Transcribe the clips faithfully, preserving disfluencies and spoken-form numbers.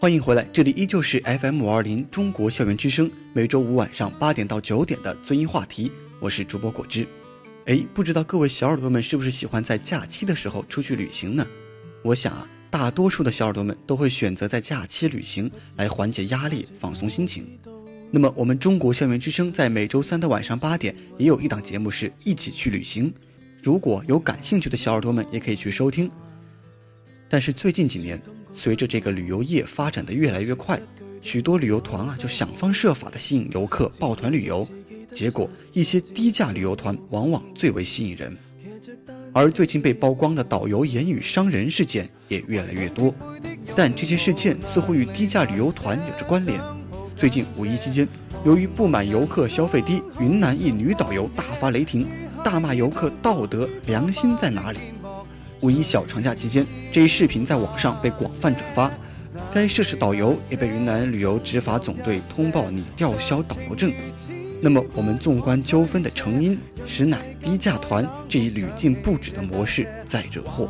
欢迎回来，这里依旧是 F M 五二零 中国校园之声，每周五晚上八点到九点的尊音话题，我是主播果汁。哎，不知道各位小耳朵们是不是喜欢在假期的时候出去旅行呢？我想啊，大多数的小耳朵们都会选择在假期旅行来缓解压力，放松心情。那么我们中国校园之声在每周三的晚上八点也有一档节目是一起去旅行，如果有感兴趣的小耳朵们也可以去收听。但是最近几年，随着这个旅游业发展的越来越快，许多旅游团啊就想方设法的吸引游客抱团旅游，结果一些低价旅游团往往最为吸引人。而最近被曝光的导游言语伤人事件也越来越多，但这些事件似乎与低价旅游团有着关联。最近五一期间，由于不满游客消费低，云南一女导游大发雷霆，大骂游客道德良心在哪里。五一小长假期间，这一视频在网上被广泛转发，该涉事导游也被云南旅游执法总队通报拟吊销导游证。那么我们纵观纠纷的成因，实乃低价团这一屡禁不止的模式在惹祸。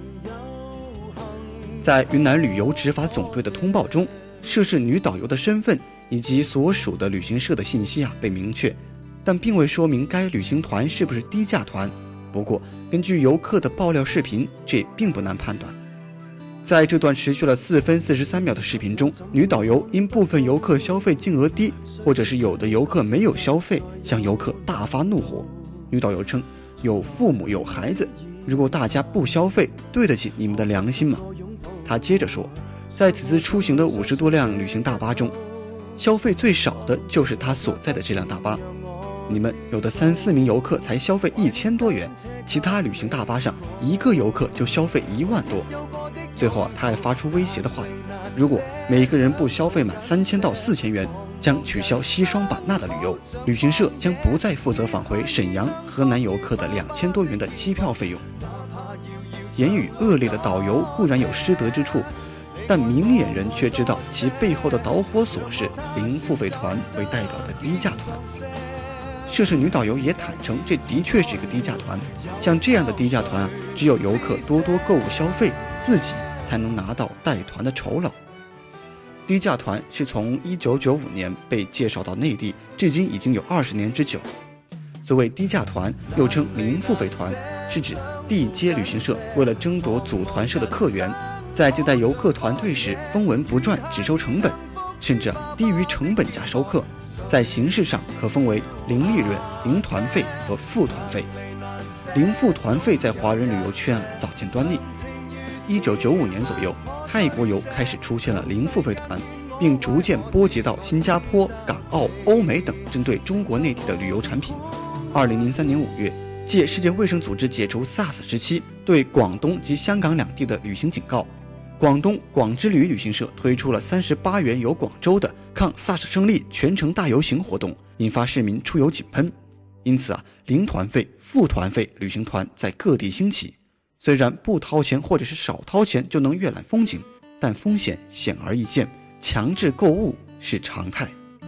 在云南旅游执法总队的通报中，涉事女导游的身份以及所属的旅行社的信息啊被明确，但并未说明该旅行团是不是低价团。不过根据游客的爆料视频，这并不难判断。在这段持续了四分四十三秒的视频中，女导游因部分游客消费金额低，或者是有的游客没有消费，向游客大发怒火。女导游称，有父母有孩子，如果大家不消费，对得起你们的良心吗？她接着说，在此次出行的五十多辆旅行大巴中，消费最少的就是她所在的这辆大巴。你们有的三四名游客才消费一千多元，其他旅行大巴上一个游客就消费一万多。最后啊，他还发出威胁的话语，如果每个人不消费满三千到四千元，将取消西双版纳的旅游，旅行社将不再负责返回沈阳、河南游客的两千多元的机票费用。言语恶劣的导游固然有失德之处，但明眼人却知道其背后的导火索是零付费团为代表的低价团。涉事女导游也坦诚，这的确是一个低价团。像这样的低价团啊，只有游客多多购物消费，自己才能拿到带团的酬劳。低价团是从一九九五年被介绍到内地，至今已经有二十年之久。所谓低价团，又称零付费团，是指地接旅行社为了争夺组团社的客源，在接待游客团队时分文不赚，只收成本，甚至低于成本价收客。在形式上可分为零利润、零团费和付团费。零付团费在华人旅游圈啊早见端倪。一九九五年左右，泰国游开始出现了零付费团，并逐渐波及到新加坡、港澳、欧美等针对中国内地的旅游产品。二零零三年五月，借世界卫生组织解除 SARS 时期对广东及香港两地的旅行警告，广东广之旅旅行社推出了三十八元游广州的抗 SARS 胜利全程大游行活动，引发市民出游井喷。因此啊，零团费、付团费旅行团在各地兴起。虽然不掏钱或者是少掏钱就能阅览风景，但风险显而易见，强制购物是常态。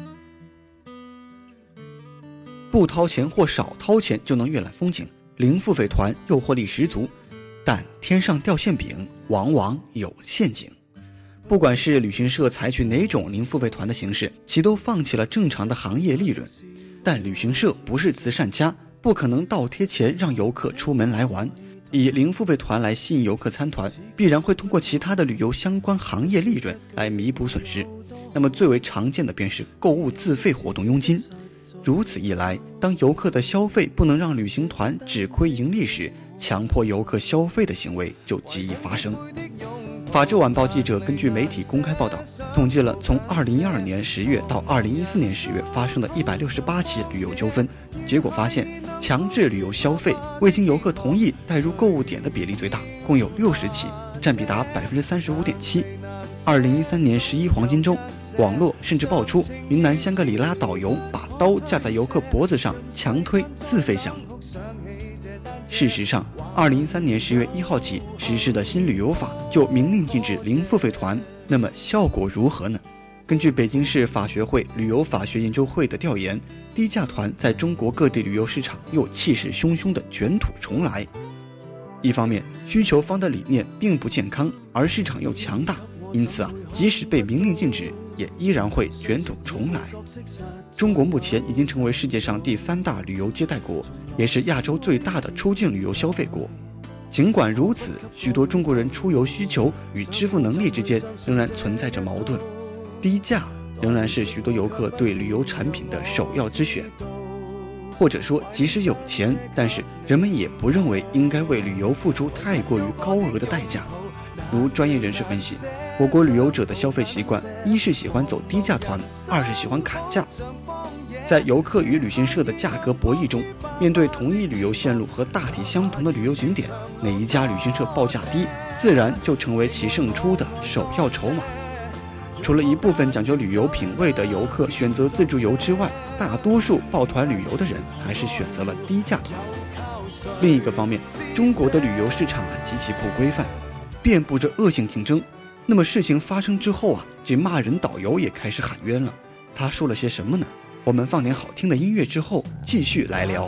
不掏钱或少掏钱就能阅览风景，零付费团诱惑力十足，但天上掉馅饼往往有陷阱。不管是旅行社采取哪种零付费团的形式，其都放弃了正常的行业利润。但旅行社不是慈善家，不可能倒贴钱让游客出门来玩。以零付费团来吸引游客参团，必然会通过其他的旅游相关行业利润来弥补损失。那么最为常见的便是购物自费活动佣金。如此一来，当游客的消费不能让旅行团只亏盈利时，强迫游客消费的行为就极易发生。法制晚报记者根据媒体公开报道，统计了从二零一二年十月到二零一四年十月发生的一百六十八起旅游纠纷，结果发现，强制旅游消费未经游客同意带入购物点的比例最大，共有六十起，占比达 百分之三十五点七。二零一三年十一黄金周，网络甚至爆出云南香格里拉导游把刀架在游客脖子上强推自费项目。事实上，二零一三年十月一号起实施的新旅游法就明令禁止零付费团，那么效果如何呢？根据北京市法学会旅游法学研究会的调研，低价团在中国各地旅游市场又气势汹汹地卷土重来。一方面，需求方的理念并不健康，而市场又强大， 因此啊，即使被明令禁止，也依然会卷土重来。中国目前已经成为世界上第三大旅游接待国，也是亚洲最大的出境旅游消费国。尽管如此，许多中国人出游需求与支付能力之间仍然存在着矛盾，低价仍然是许多游客对旅游产品的首要之选。或者说，即使有钱，但是人们也不认为应该为旅游付出太过于高额的代价。如专业人士分析，我国旅游者的消费习惯，一是喜欢走低价团，二是喜欢砍价。在游客与旅行社的价格博弈中，面对同一旅游线路和大体相同的旅游景点，哪一家旅行社报价低，自然就成为其胜出的首要筹码。除了一部分讲究旅游品味的游客选择自助游之外，大多数抱团旅游的人还是选择了低价团。另一个方面，中国的旅游市场啊极其不规范，遍布着恶性竞争。那么事情发生之后啊，这骂人导游也开始喊冤了。他说了些什么呢？我们放点好听的音乐之后继续来聊。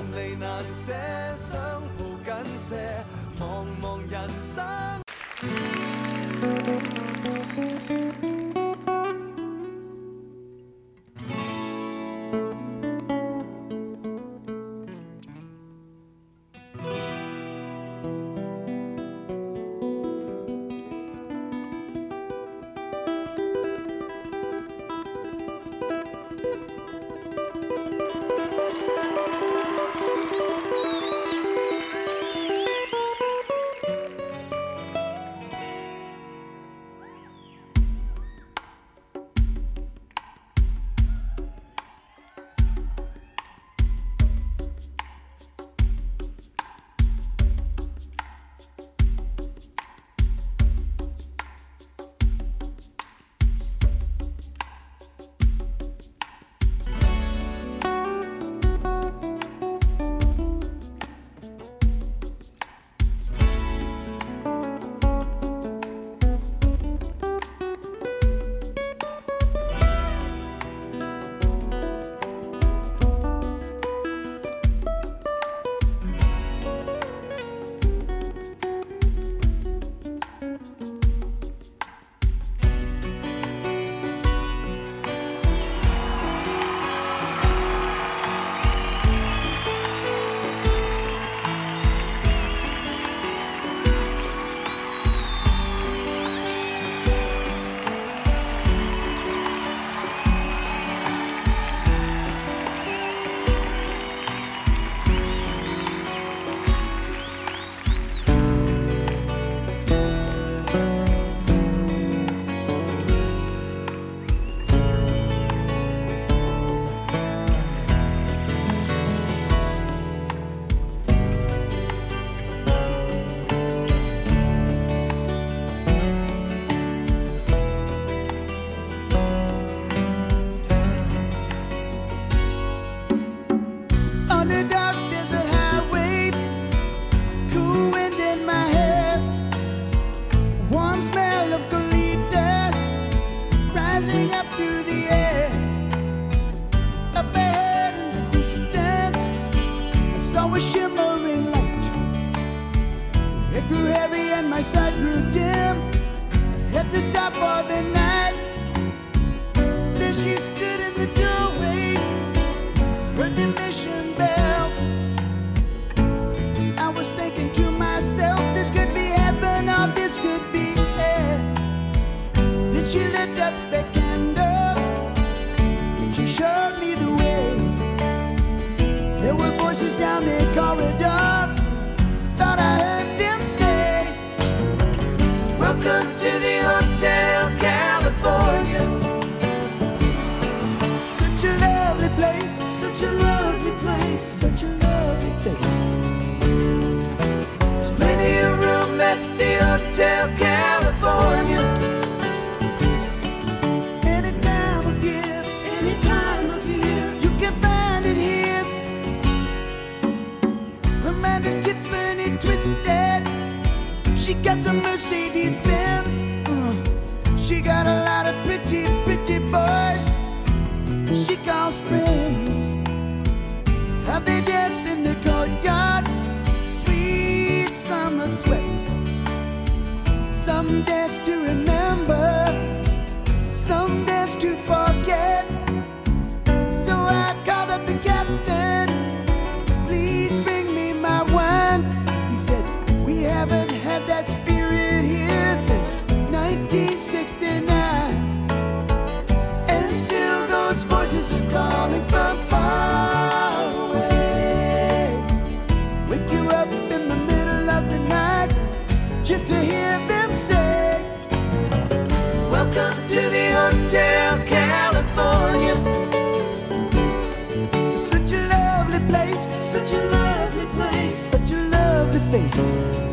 face.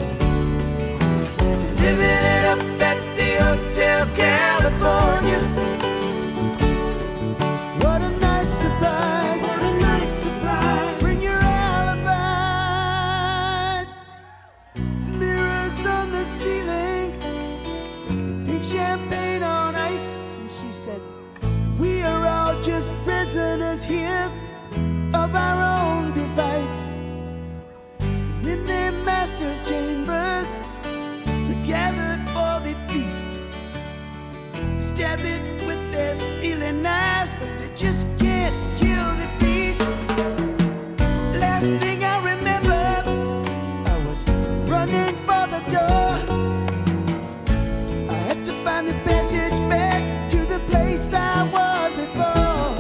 Living it up at the Hotel California. What a nice surprise, what a nice surprise. Bring your alibis. Mirrors on the ceiling, pink champagne on ice. And she said, we are all just prisoners here of our own device. In their master's chambers, we gathered for the feast. Stab it with their stealing knives, but they just can't kill the beast. Last thing I remember, I was running for the door. I had to find the passage back to the place I was before.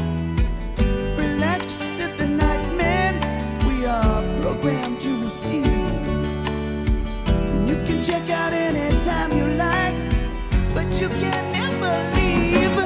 Relax at the night, man, we are programmed to receive. You can check out anytime you like, but you can never leave.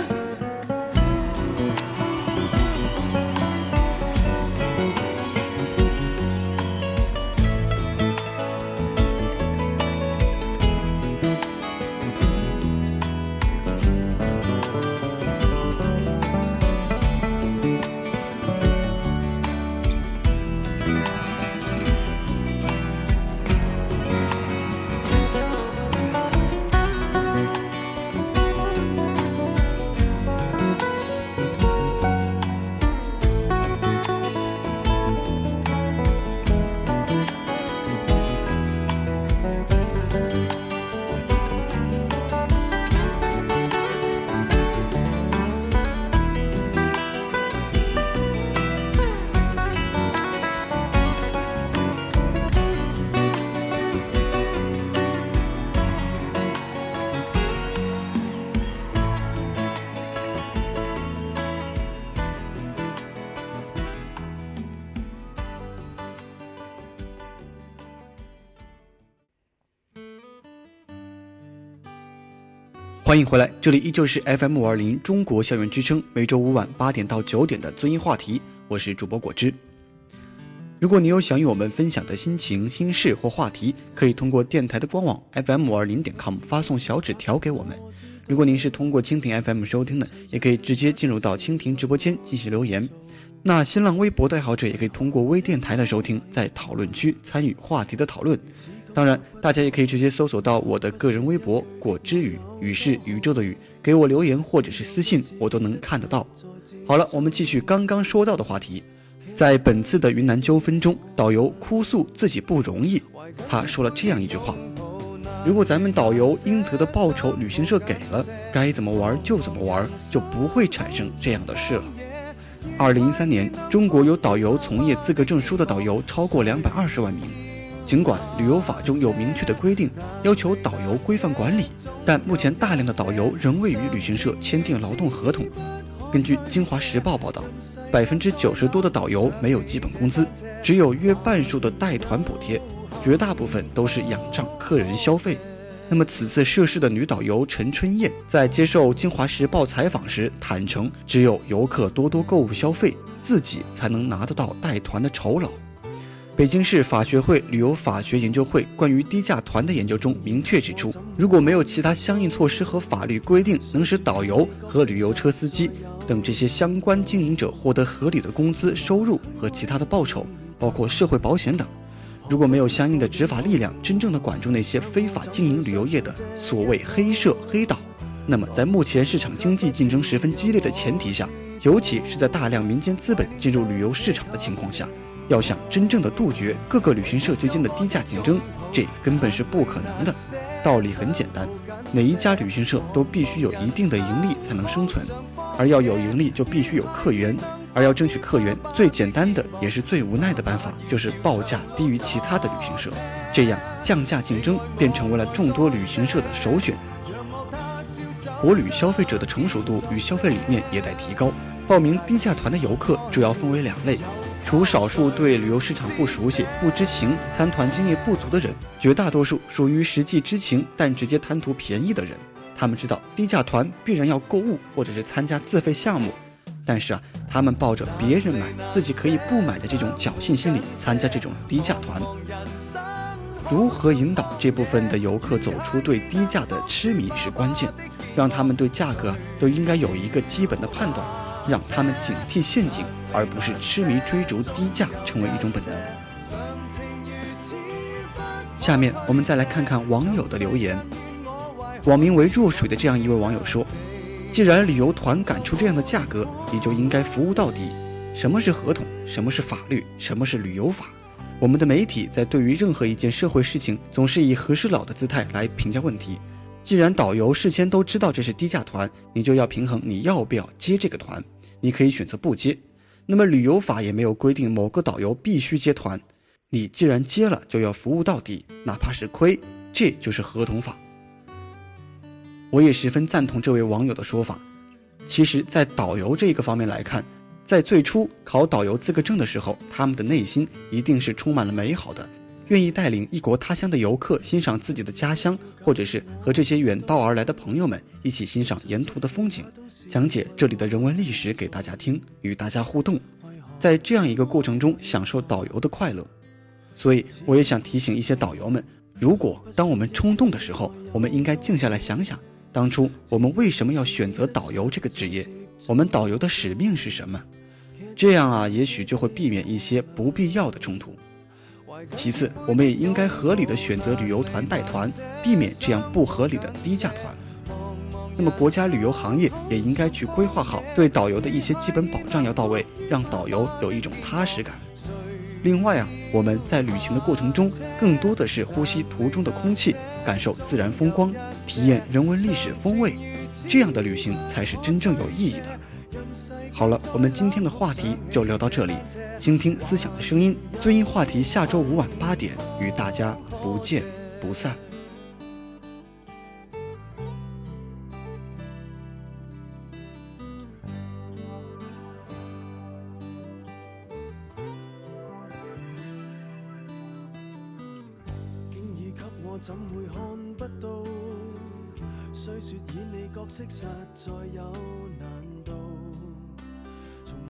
欢迎回来，这里依旧是 F M 五二零 中国校园之声，每周五晚八点到九点的尊音话题，我是主播果汁。如果你有想与我们分享的心情、心事或话题，可以通过电台的官网 F M 五二零点 com 发送小纸条给我们。如果您是通过蜻蜓 F M 收听的，也可以直接进入到蜻蜓直播间继续留言。那新浪微博的爱好者也可以通过微电台的收听，在讨论区参与话题的讨论。当然大家也可以直接搜索到我的个人微博果之语，语是宇宙的语，给我留言或者是私信，我都能看得到。好了，我们继续刚刚说到的话题。在本次的云南纠纷中，导游哭诉自己不容易，他说了这样一句话：如果咱们导游应得的报酬旅行社给了，该怎么玩就怎么玩，就不会产生这样的事了。二零一三年，中国有导游从业资格证书的导游超过两百二十万名。尽管旅游法中有明确的规定，要求导游规范管理，但目前大量的导游仍未与旅行社签订劳动合同。根据金华时报报道，百分之九十多的导游没有基本工资，只有约半数的带团补贴，绝大部分都是仰仗客人消费。那么此次涉事的女导游陈春燕在接受金华时报采访时坦诚，只有游客多多购物消费，自己才能拿得到带团的酬劳。北京市法学会旅游法学研究会关于低价团的研究中明确指出，如果没有其他相应措施和法律规定能使导游和旅游车司机等这些相关经营者获得合理的工资收入和其他的报酬，包括社会保险等，如果没有相应的执法力量真正的管住那些非法经营旅游业的所谓黑社黑导，那么在目前市场经济竞争十分激烈的前提下，尤其是在大量民间资本进入旅游市场的情况下，要想真正的杜绝各个旅行社之间的低价竞争，这根本是不可能的。道理很简单，每一家旅行社都必须有一定的盈利才能生存，而要有盈利就必须有客源，而要争取客源，最简单的也是最无奈的办法就是报价低于其他的旅行社，这样降价竞争便成为了众多旅行社的首选。国旅消费者的成熟度与消费理念也在提高，报名低价团的游客主要分为两类，除少数对旅游市场不熟悉、不知情、参团经验不足的人，绝大多数属于实际知情但直接贪图便宜的人。他们知道低价团必然要购物或者是参加自费项目，但是啊，他们抱着别人买自己可以不买的这种侥幸心理参加这种低价团。 如何引导这部分的游客走出对低价的痴迷是关键，让他们对价格都应该有一个基本的判断，让他们警惕陷阱，而不是痴迷追逐低价成为一种本能。下面我们再来看看网友的留言。网名为若水的这样一位网友说，既然旅游团敢出这样的价格，你就应该服务到底。什么是合同？什么是法律？什么是旅游法？我们的媒体在对于任何一件社会事情，总是以和事佬的姿态来评价问题。既然导游事先都知道这是低价团，你就要平衡你要不要接这个团，你可以选择不接。那么旅游法也没有规定某个导游必须接团，你既然接了就要服务到底，哪怕是亏，这就是合同法。我也十分赞同这位网友的说法。其实在导游这个方面来看，在最初考导游资格证的时候，他们的内心一定是充满了美好的，愿意带领异国他乡的游客欣赏自己的家乡，或者是和这些远道而来的朋友们一起欣赏沿途的风景，讲解这里的人文历史给大家听，与大家互动，在这样一个过程中享受导游的快乐。所以我也想提醒一些导游们，如果当我们冲动的时候，我们应该静下来想想，当初我们为什么要选择导游这个职业，我们导游的使命是什么，这样啊，也许就会避免一些不必要的冲突。其次，我们也应该合理的选择旅游团带团，避免这样不合理的低价团。那么国家旅游行业也应该去规划好对导游的一些基本保障要到位，让导游有一种踏实感。另外啊，我们在旅行的过程中，更多的是呼吸途中的空气，感受自然风光，体验人文历史风味，这样的旅行才是真正有意义的。好了，我们今天的话题就聊到这里。倾听思想的声音，最音话题下周五晚八点与大家不见不散。 經已給我怎會看不到，雖說演你角色實在有